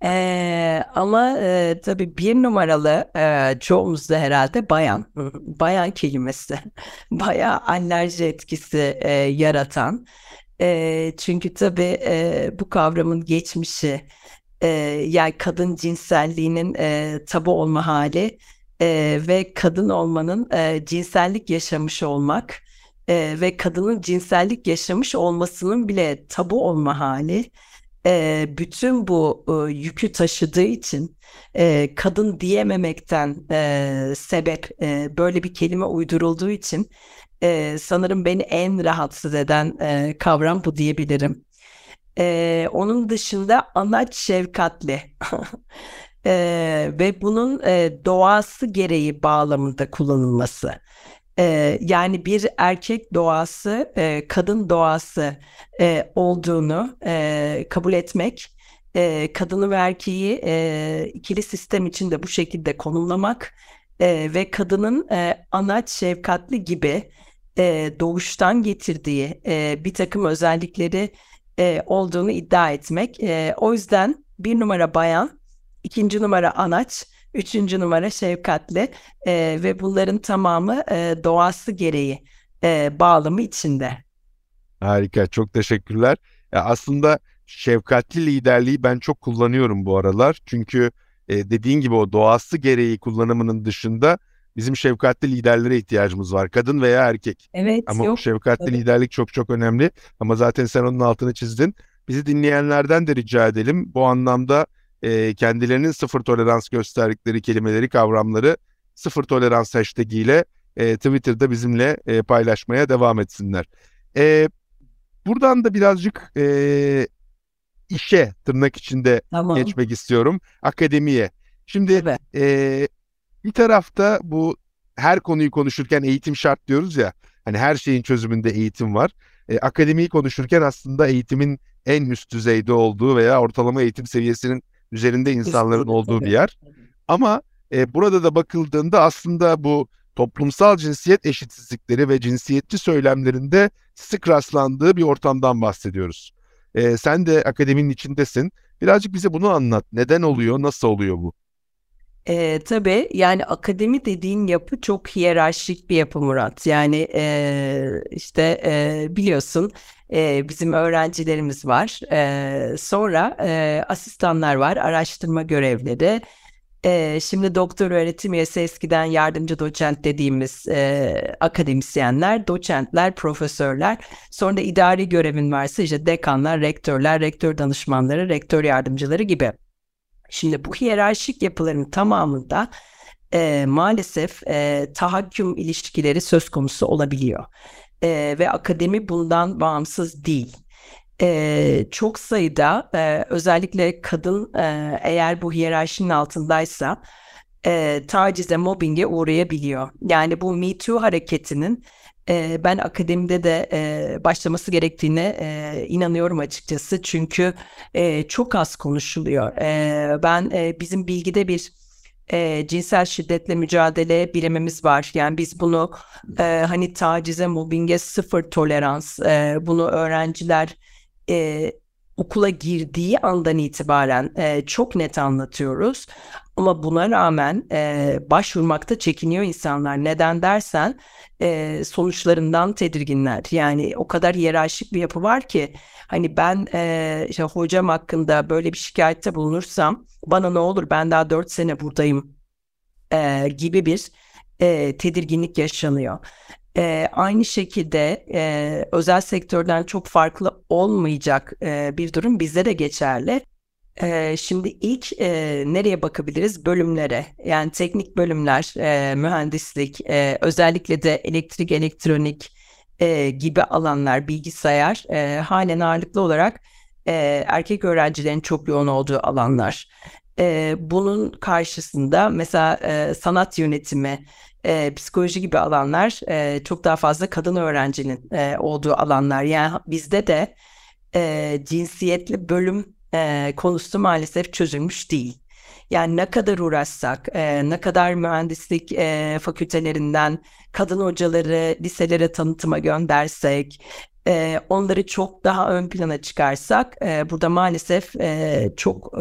Ama tabii bir numaralı çoğumuzda herhalde bayan. Bayan kelimesi. Bayağı alerji etkisi yaratan. Çünkü tabii bu kavramın geçmişi, yani kadın cinselliğinin tabu olma hali ve kadın olmanın cinsellik yaşamış olmak ve kadının cinsellik yaşamış olmasının bile tabu olma hali bütün bu yükü taşıdığı için kadın diyememekten sebep böyle bir kelime uydurulduğu için sanırım beni en rahatsız eden kavram bu diyebilirim. Onun dışında anaç şefkatli ve bunun doğası gereği bağlamında kullanılması. Yani bir erkek doğası, kadın doğası olduğunu kabul etmek, kadını ve erkeği ikili sistem içinde bu şekilde konumlamak ve kadının anaç şefkatli gibi doğuştan getirdiği bir takım özellikleri olduğunu iddia etmek. O yüzden bir numara bayan, 2. numara anaç, 3. numara şefkatli ve bunların tamamı doğası gereği bağlamı içinde. Harika, çok teşekkürler. Ya aslında şefkatli liderliği ben çok kullanıyorum bu aralar. Çünkü dediğin gibi o doğası gereği kullanımının dışında bizim şefkatli liderlere ihtiyacımız var. Kadın veya erkek. Evet, Ama o yok. şefkatli Tabii. liderlik çok çok önemli. Ama zaten sen onun altını çizdin. Bizi dinleyenlerden de rica edelim. Bu anlamda kendilerinin sıfır tolerans gösterdikleri kelimeleri, kavramları sıfır tolerans hashtag ile Twitter'da bizimle paylaşmaya devam etsinler. Buradan da birazcık işe tırnak içinde Tamam. geçmek istiyorum. Akademiye. Şimdi Tabii. bir tarafta bu her konuyu konuşurken eğitim şart diyoruz ya. Hani her şeyin çözümünde eğitim var. Akademiyi konuşurken aslında eğitimin en üst düzeyde olduğu veya ortalama eğitim seviyesinin üzerinde insanların Üstünde olduğu bir tabii. yer. Ama burada da bakıldığında aslında bu toplumsal cinsiyet eşitsizlikleri ve cinsiyetçi söylemlerinde sık rastlandığı bir ortamdan bahsediyoruz. Sen de akademinin içindesin. Birazcık bize bunu anlat. Neden oluyor, nasıl oluyor bu? Tabii yani akademi dediğin yapı çok hiyerarşik bir yapı Murat. Yani işte biliyorsun bizim öğrencilerimiz var. Sonra asistanlar var, araştırma görevleri. Şimdi doktor öğretim üyesi eskiden yardımcı doçent dediğimiz akademisyenler, doçentler, profesörler. Sonra da idari görevin varsa işte dekanlar, rektörler, rektör danışmanları, rektör yardımcıları gibi. Şimdi bu hiyerarşik yapıların tamamında maalesef tahakküm ilişkileri söz konusu olabiliyor. Ve akademi bundan bağımsız değil. Çok sayıda özellikle kadın eğer bu hiyerarşinin altındaysa tacize, mobbinge uğrayabiliyor. Yani bu Me Too hareketinin ben akademide de başlaması gerektiğine inanıyorum açıkçası. Çünkü çok az konuşuluyor. Ben bizim bilgide bir cinsel şiddetle mücadele birimimiz var. Yani biz bunu hani tacize, mobbinge sıfır tolerans, bunu öğrenciler okula girdiği andan itibaren çok net anlatıyoruz. Ama buna rağmen başvurmakta çekiniyor insanlar. Neden dersen sonuçlarından tedirginler. Yani o kadar hiyerarşik bir yapı var ki hani ben işte hocam hakkında böyle bir şikayette bulunursam bana ne olur, ben daha 4 sene buradayım gibi bir tedirginlik yaşanıyor. Aynı şekilde özel sektörden çok farklı olmayacak bir durum bizde de geçerli. Şimdi ilk nereye bakabiliriz? Bölümlere. Yani teknik bölümler, mühendislik, özellikle de elektrik, elektronik gibi alanlar, bilgisayar halen ağırlıklı olarak erkek öğrencilerin çok yoğun olduğu alanlar. Bunun karşısında mesela sanat yönetimi, psikoloji gibi alanlar çok daha fazla kadın öğrencinin olduğu alanlar. Yani bizde de cinsiyetli bölüm konusu maalesef çözülmüş değil. Yani ne kadar uğraşsak, ne kadar mühendislik fakültelerinden kadın hocaları liselere tanıtıma göndersek, onları çok daha ön plana çıkarsak, burada maalesef çok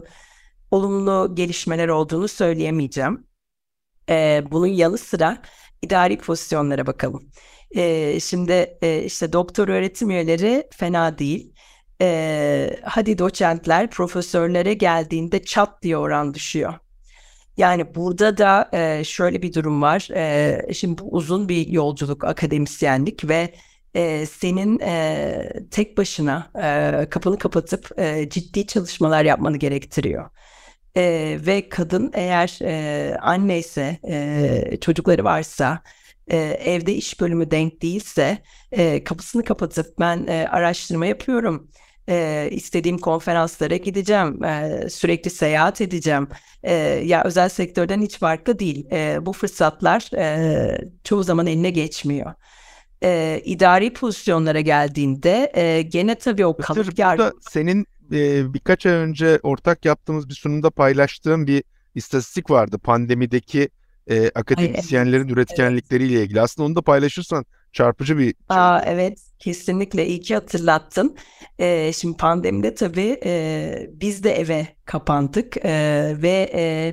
olumlu gelişmeler olduğunu söyleyemeyeceğim. Bunun yanı sıra idari pozisyonlara bakalım. Şimdi işte doktor öğretim üyeleri fena değil. Hadi doçentler, profesörlere geldiğinde çat diye oran düşüyor. Yani burada da şöyle bir durum var. Şimdi bu uzun bir yolculuk, akademisyenlik ve senin tek başına kapını kapatıp ciddi çalışmalar yapmanı gerektiriyor. Ve kadın eğer anne ise, çocukları varsa, evde iş bölümü denk değilse kapısını kapatıp ben araştırma yapıyorum. İstediğim konferanslara gideceğim, sürekli seyahat edeceğim. Ya özel sektörden hiç farklı değil. Bu fırsatlar çoğu zaman eline geçmiyor. İdari pozisyonlara geldiğinde gene tabii o kalıp Burada senin birkaç ay önce ortak yaptığımız bir sunumda paylaştığım bir istatistik vardı. Pandemideki akademisyenlerin üretkenlikleriyle ilgili. Aslında onu da paylaşırsan çarpıcı bir Evet, kesinlikle iyi ki hatırlattın. Şimdi pandemide tabii biz de eve kapandık ve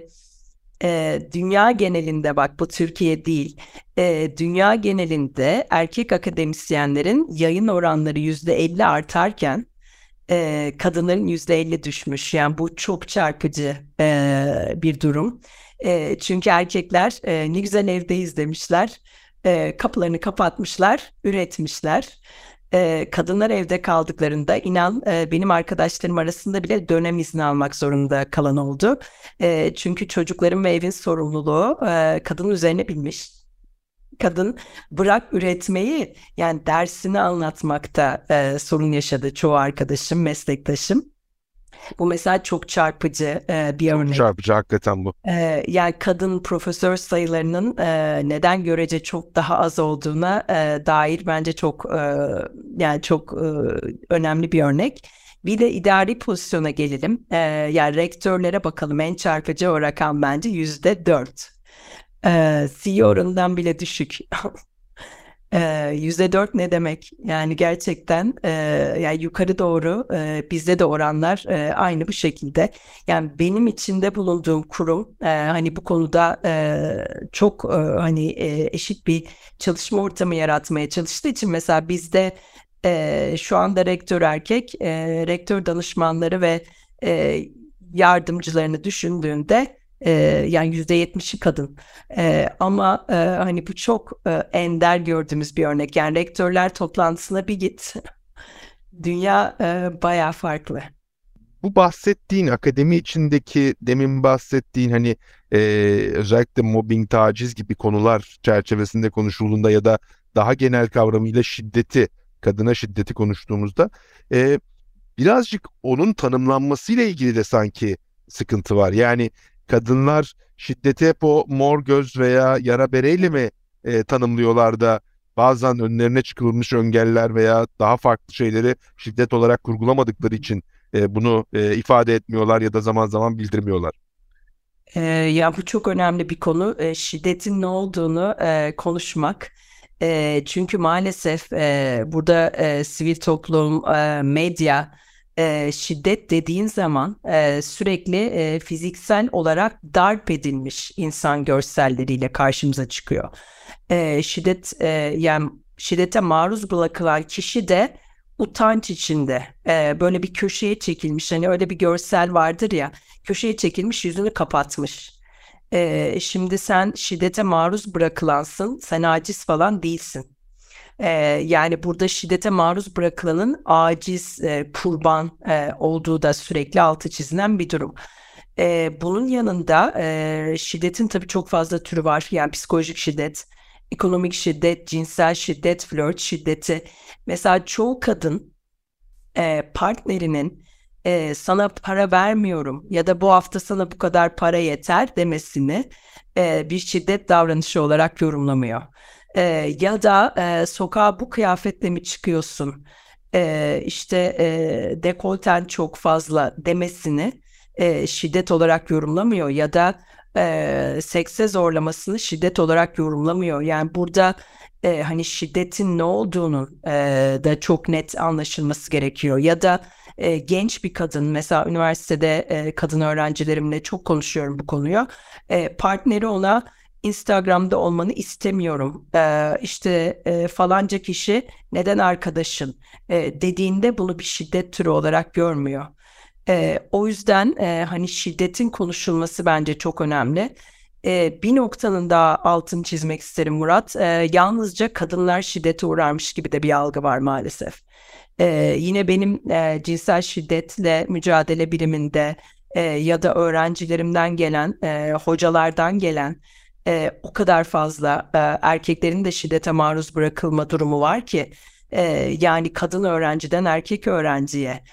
dünya genelinde, bak bu Türkiye değil, dünya genelinde erkek akademisyenlerin yayın oranları %50 artarken kadınların %50 düşmüş. Yani bu çok çarpıcı bir durum. Çünkü erkekler ne güzel evdeyiz demişler. Kapılarını kapatmışlar, üretmişler. Kadınlar evde kaldıklarında inan benim arkadaşlarım arasında bile dönem izni almak zorunda kalan oldu. Çünkü çocukların ve evin sorumluluğu kadının üzerine binmiş. Kadın bırak üretmeyi, yani dersini anlatmakta sorun yaşadı çoğu arkadaşım, meslektaşım. Bu mesela çok çarpıcı bir örnek. çarpıcı hakikaten bu. Yani kadın profesör sayılarının neden görece çok daha az olduğuna dair bence çok yani çok önemli bir örnek. Bir de idari pozisyona gelelim. Yani rektörlere bakalım. En çarpıcı o rakam bence %4. CEO oranından bile düşük. %4 ne demek? Yani gerçekten yani yukarı doğru bizde de oranlar aynı bu şekilde. Yani benim içinde bulunduğum kurum hani bu konuda çok hani eşit bir çalışma ortamı yaratmaya çalıştığı için mesela bizde şu anda rektör erkek, rektör danışmanları ve yardımcılarını düşündüğünde yani %70'i kadın. Ama hani bu çok ender gördüğümüz bir örnek. Yani rektörler toplantısına bir git. Dünya bayağı farklı. Bu bahsettiğin akademi içindeki demin bahsettiğin hani özellikle mobbing, taciz gibi konular çerçevesinde konuşulduğunda ya da daha genel kavramıyla şiddeti, kadına şiddeti konuştuğumuzda birazcık onun tanımlanmasıyla ilgili de sanki sıkıntı var. Yani kadınlar şiddeti hep o mor göz veya yara bereyle mi tanımlıyorlar da bazen önlerine çıkılmış engeller veya daha farklı şeyleri şiddet olarak kurgulamadıkları için bunu ifade etmiyorlar ya da zaman zaman bildirmiyorlar. Ya bu çok önemli bir konu. Şiddetin ne olduğunu konuşmak. Çünkü maalesef burada sivil toplum, medya, şiddet dediğin zaman sürekli fiziksel olarak darp edilmiş insan görselleriyle karşımıza çıkıyor. Şiddet yani şiddete maruz bırakılan kişi de utanç içinde böyle bir köşeye çekilmiş. Hani öyle bir görsel vardır ya, köşeye çekilmiş, yüzünü kapatmış. Şimdi sen şiddete maruz bırakılansın, sen aciz falan değilsin. Yani burada şiddete maruz bırakılanın aciz, kurban olduğu da sürekli altı çizilen bir durum. Bunun yanında şiddetin tabii çok fazla türü var. Yani psikolojik şiddet, ekonomik şiddet, cinsel şiddet, flört şiddeti. Mesela çoğu kadın partnerinin sana para vermiyorum ya da bu hafta sana bu kadar para yeter demesini bir şiddet davranışı olarak yorumlamıyor. Ya da sokağa bu kıyafetle mi çıkıyorsun? İşte dekolten çok fazla demesini şiddet olarak yorumlamıyor ya da sekse zorlamasını şiddet olarak yorumlamıyor. Yani burada hani şiddetin ne olduğunun da çok net anlaşılması gerekiyor. Ya da genç bir kadın, mesela üniversitede kadın öğrencilerimle çok konuşuyorum bu konuyu. Partneri ona Instagram'da olmanı istemiyorum. İşte falanca kişi neden arkadaşın dediğinde bunu bir şiddet türü olarak görmüyor. O yüzden hani şiddetin konuşulması bence çok önemli. Bir noktanın daha altını çizmek isterim Murat. Yalnızca kadınlar şiddete uğrarmış gibi de bir algı var maalesef. Yine benim cinsel şiddetle mücadele biriminde ya da öğrencilerimden gelen, hocalardan gelen o kadar fazla erkeklerin de şiddete maruz bırakılma durumu var ki yani kadın öğrenciden erkek öğrenciye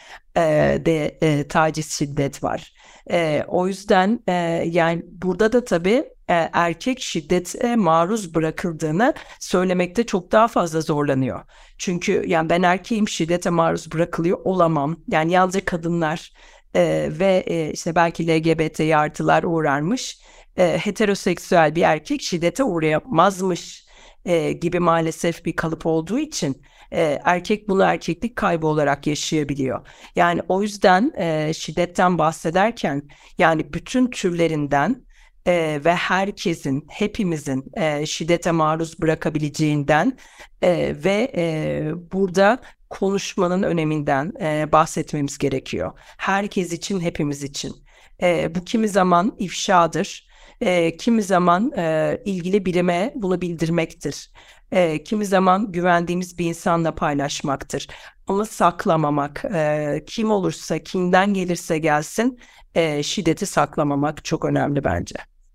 de taciz, şiddet var. O yüzden yani burada da tabii erkek şiddete maruz bırakıldığını söylemekte çok daha fazla zorlanıyor. Çünkü yani ben erkeğim, şiddete maruz bırakılıyor olamam. Yani yalnızca kadınlar ve işte belki LGBT artılar uğrarmış. Heteroseksüel bir erkek şiddete uğrayamazmış gibi maalesef bir kalıp olduğu için erkek bunu erkeklik kaybı olarak yaşayabiliyor. Yani o yüzden şiddetten bahsederken yani bütün türlerinden ve herkesin, hepimizin şiddete maruz bırakabileceğinden ve burada konuşmanın öneminden bahsetmemiz gerekiyor. Herkes için, hepimiz için. Bu kimi zaman ifşadır, kimi zaman ilgili birime bunu bildirmektir. Kimi zaman güvendiğimiz bir insanla paylaşmaktır. Ama saklamamak, kim olursa, kimden gelirse gelsin, şiddeti saklamamak çok önemli bence.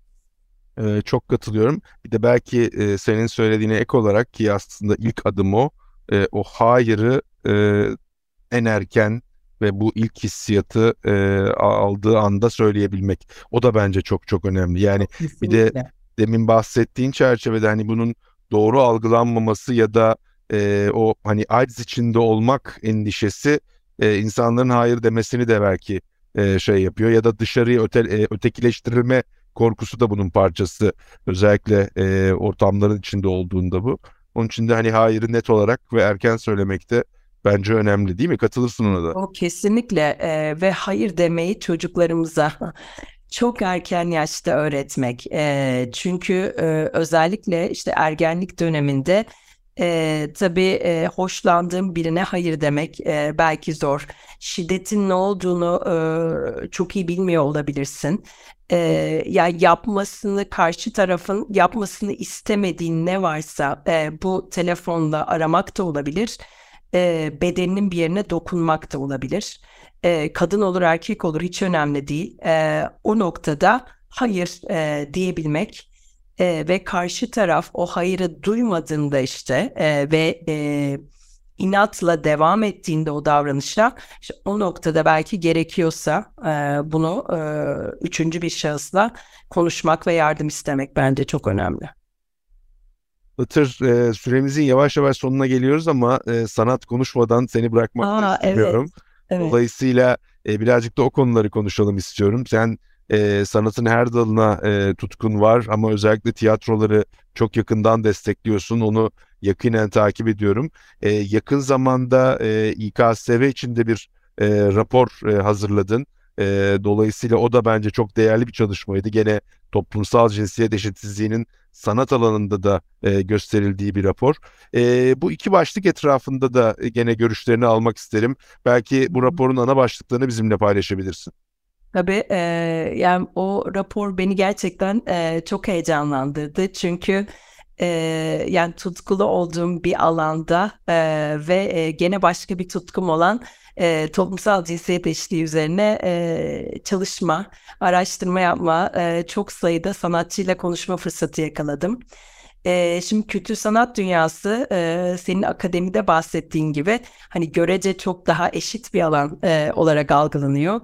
Çok katılıyorum. Bir de belki senin söylediğine ek olarak ki aslında ilk adım o. O hayırı en erken ve bu ilk hissiyatı aldığı anda söyleyebilmek. O da bence çok çok önemli. Yani bir de Kesinlikle. demin bahsettiğin çerçevede hani bunun doğru algılanmaması ya da o hani aciz içinde olmak endişesi insanların hayır demesini de belki şey yapıyor ya da dışarıyı ötekileştirilme korkusu da bunun parçası. Özellikle ortamların içinde olduğunda bu. Onun için de hani hayırı net olarak ve erken söylemek de bence önemli, değil mi? Katılırsın ona da. O kesinlikle ve hayır demeyi çocuklarımıza çok erken yaşta öğretmek. Çünkü özellikle işte ergenlik döneminde tabii hoşlandığım birine hayır demek belki zor. Şiddetin ne olduğunu çok iyi bilmiyor olabilirsin. Yani yapmasını, karşı tarafın yapmasını istemediğin ne varsa bu telefonla aramak da olabilir. Bedeninin bir yerine dokunmak da olabilir. Kadın olur, erkek olur, hiç önemli değil. O noktada hayır diyebilmek Ve karşı taraf o hayırı duymadığında işte ve inatla devam ettiğinde o davranışla, işte o noktada belki gerekiyorsa bunu üçüncü bir şahısla konuşmak ve yardım istemek bence çok önemli. Itır, süremizin yavaş yavaş sonuna geliyoruz ama sanat konuşmadan seni bırakmak da istemiyorum. Evet. Dolayısıyla birazcık da o konuları konuşalım istiyorum. Sen sanatın her dalına tutkun var ama özellikle tiyatroları çok yakından destekliyorsun. Onu yakinen takip ediyorum. Yakın zamanda İKSV için de bir rapor hazırladın. Dolayısıyla o da bence çok değerli bir çalışmaydı. Gene toplumsal cinsiyet eşitsizliğinin sanat alanında da gösterildiği bir rapor. Bu iki başlık etrafında da gene görüşlerini almak isterim. Belki bu raporun ana başlıklarını bizimle paylaşabilirsin. Tabii yani o rapor beni gerçekten çok heyecanlandırdı. Çünkü yani tutkulu olduğum bir alanda ve gene başka bir tutkum olan toplumsal cinsiyet eşitliği üzerine çalışma, araştırma yapma, çok sayıda sanatçıyla konuşma fırsatı yakaladım. Şimdi kültür sanat dünyası senin akademide bahsettiğin gibi hani görece çok daha eşit bir alan olarak algılanıyor.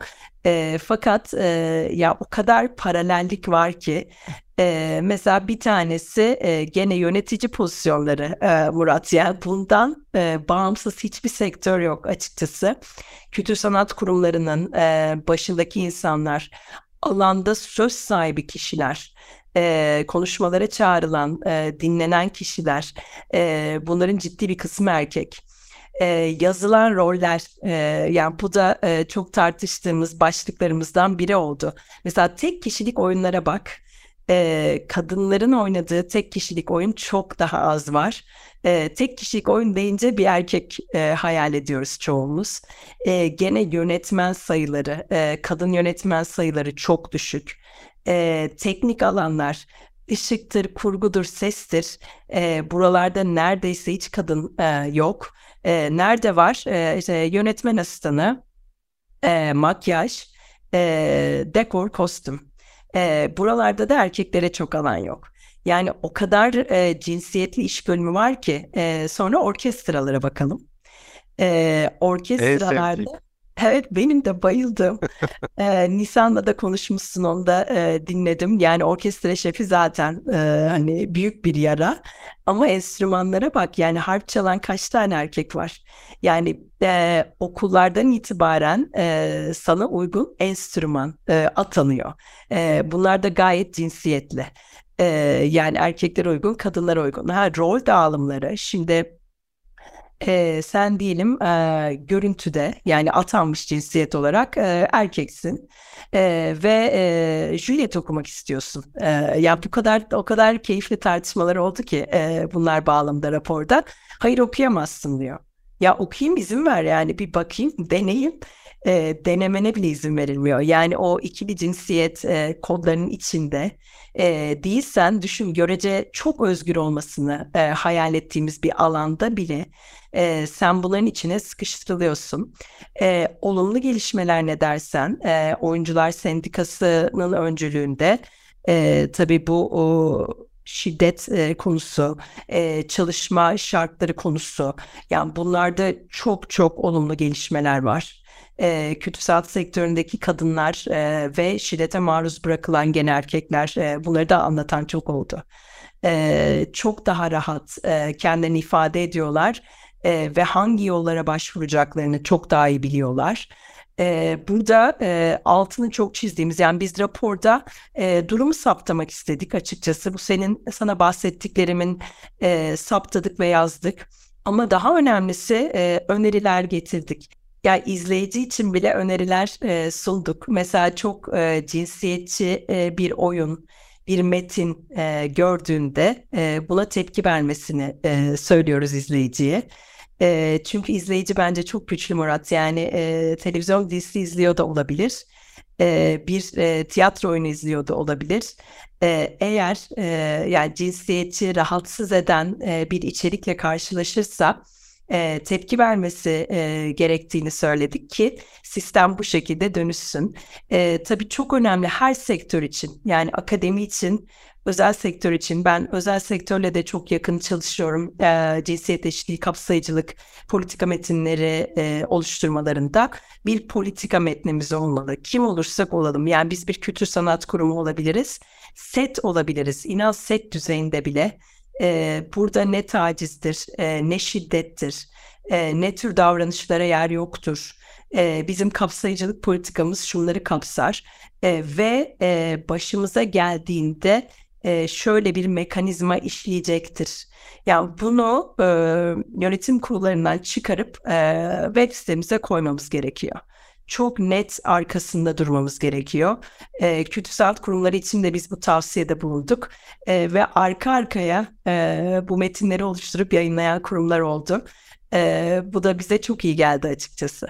Fakat ya o kadar paralellik var ki mesela bir tanesi gene yönetici pozisyonları Murat, yani bundan bağımsız hiçbir sektör yok açıkçası. Kültür sanat kurumlarının başındaki insanlar, alanda söz sahibi kişiler, konuşmalara çağrılan, dinlenen kişiler, bunların ciddi bir kısmı erkek. Yazılan roller, yani bu da çok tartıştığımız başlıklarımızdan biri oldu. Mesela tek kişilik oyunlara bak. Kadınların oynadığı tek kişilik oyun çok daha az var. Tek kişilik oyun deyince bir erkek hayal ediyoruz çoğumuz. Gene yönetmen sayıları, kadın yönetmen sayıları çok düşük. Teknik alanlar, ışıktır, kurgudur, sestir. Buralarda neredeyse hiç kadın yok. Nerede var? İşte yönetmen asistanı, makyaj, dekor, kostüm. Buralarda da erkeklere çok alan yok. Yani o kadar cinsiyetli iş bölümü var ki sonra orkestralara bakalım. En Orkestralarda sevdiğim. evet, benim de bayıldım. Nisan'la da konuşmuşsun, onu da dinledim. Yani orkestra şefi zaten hani büyük bir yara. Ama enstrümanlara bak, yani harp çalan kaç tane erkek var? Yani okullardan itibaren sana uygun enstrüman atanıyor. Bunlar da gayet cinsiyetli. Yani erkeklere uygun, kadınlara uygun. Ha, rol dağılımları şimdi. Sen diyelim görüntüde, yani atanmış cinsiyet olarak erkeksin ve Juliet okumak istiyorsun. Ya o kadar keyifli tartışmalar oldu ki bunlar bağlamda raporda. Hayır, okuyamazsın diyor. Ya okuyayım, izin ver, yani bir bakayım, deneyim. Denemene bile izin verilmiyor. Yani o ikili cinsiyet kodlarının içinde değilsen düşün, görece çok özgür olmasını hayal ettiğimiz bir alanda bile sen bunların içine sıkıştırılıyorsun. Olumlu gelişmeler ne dersen, Oyuncular Sendikası'nın öncülüğünde tabii bu şiddet konusu, çalışma şartları konusu, yani bunlarda çok çok olumlu gelişmeler var. Kültür sanat sektöründeki kadınlar ve şiddete maruz bırakılan gene erkekler, bunları da anlatan çok oldu. Çok daha rahat kendini ifade ediyorlar ve hangi yollara başvuracaklarını çok daha iyi biliyorlar. Burada altını çok çizdiğimiz, yani biz raporda durumu saptamak istedik açıkçası. Bu sana bahsettiklerimin saptadık ve yazdık. Ama daha önemlisi öneriler getirdik. Yani izleyici için bile öneriler sunduk. Mesela çok cinsiyetçi bir oyun, bir metin gördüğünde buna tepki vermesini söylüyoruz izleyiciye. Çünkü izleyici bence çok güçlü Murat. Yani televizyon dizisi izliyor da olabilir. Bir tiyatro oyunu izliyor da olabilir. Eğer yani cinsiyetçi, rahatsız eden bir içerikle karşılaşırsa tepki vermesi gerektiğini söyledik ki sistem bu şekilde dönüşsün. Tabii çok önemli her sektör için, yani akademi için özel sektör için. Ben özel sektörle de çok yakın çalışıyorum. Cinsiyet eşitliği, kapsayıcılık, politika metinleri oluşturmalarında bir politika metnimiz olmalı. Kim olursak olalım. Yani biz bir kültür sanat kurumu olabiliriz. Set olabiliriz. İnan set düzeyinde bile. Burada ne tacizdir, ne şiddettir, ne tür davranışlara yer yoktur. Bizim kapsayıcılık politikamız şunları kapsar ve başımıza geldiğinde şöyle bir mekanizma işleyecektir. Yani bunu yönetim kurullarından çıkarıp web sitemize koymamız gerekiyor. Çok net arkasında durmamız gerekiyor. Kültür sanat kurumları için de biz bu tavsiyede bulunduk. Ve arka arkaya bu metinleri oluşturup yayınlayan kurumlar oldu. Bu da bize çok iyi geldi açıkçası.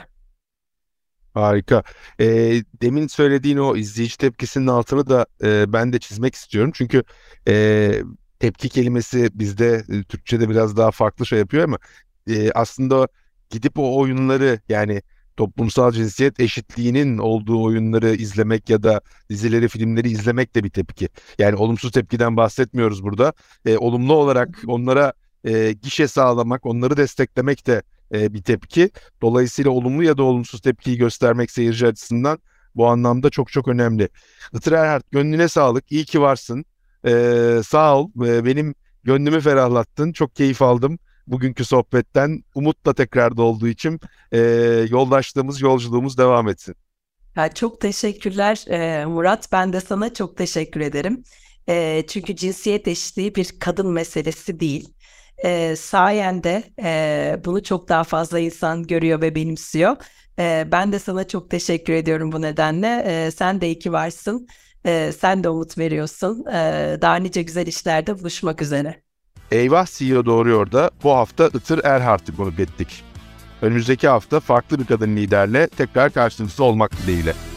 Harika. Demin söylediğin o izleyici tepkisinin altını da ben de çizmek istiyorum. Çünkü tepki kelimesi bizde Türkçe'de biraz daha farklı şey yapıyor ama aslında gidip o oyunları, yani toplumsal cinsiyet eşitliğinin olduğu oyunları izlemek ya da dizileri, filmleri izlemek de bir tepki. Yani olumsuz tepkiden bahsetmiyoruz burada. Olumlu olarak onlara gişe sağlamak, onları desteklemek de bir tepki. Dolayısıyla olumlu ya da olumsuz tepkiyi göstermek seyirci açısından bu anlamda çok çok önemli. Itır Erhard, gönlüne sağlık. İyi ki varsın. Sağ ol. Benim gönlümü ferahlattın. Çok keyif aldım bugünkü sohbetten. Umutla tekrarda olduğu için yoldaşlığımız, yolculuğumuz devam etsin. Ya çok teşekkürler Murat. Ben de sana çok teşekkür ederim. Çünkü cinsiyet eşitliği bir kadın meselesi değil. Sayende bunu çok daha fazla insan görüyor ve benimsiyor. Ben de sana çok teşekkür ediyorum bu nedenle. Sen de iyi ki varsın. Sen de umut veriyorsun. Daha nice güzel işlerde buluşmak üzere. Eyvah CEO Doğruyor da bu hafta Itır Erhard'ı konuk ettik. Önümüzdeki hafta farklı bir kadın liderle tekrar karşınızda olmak dileğiyle.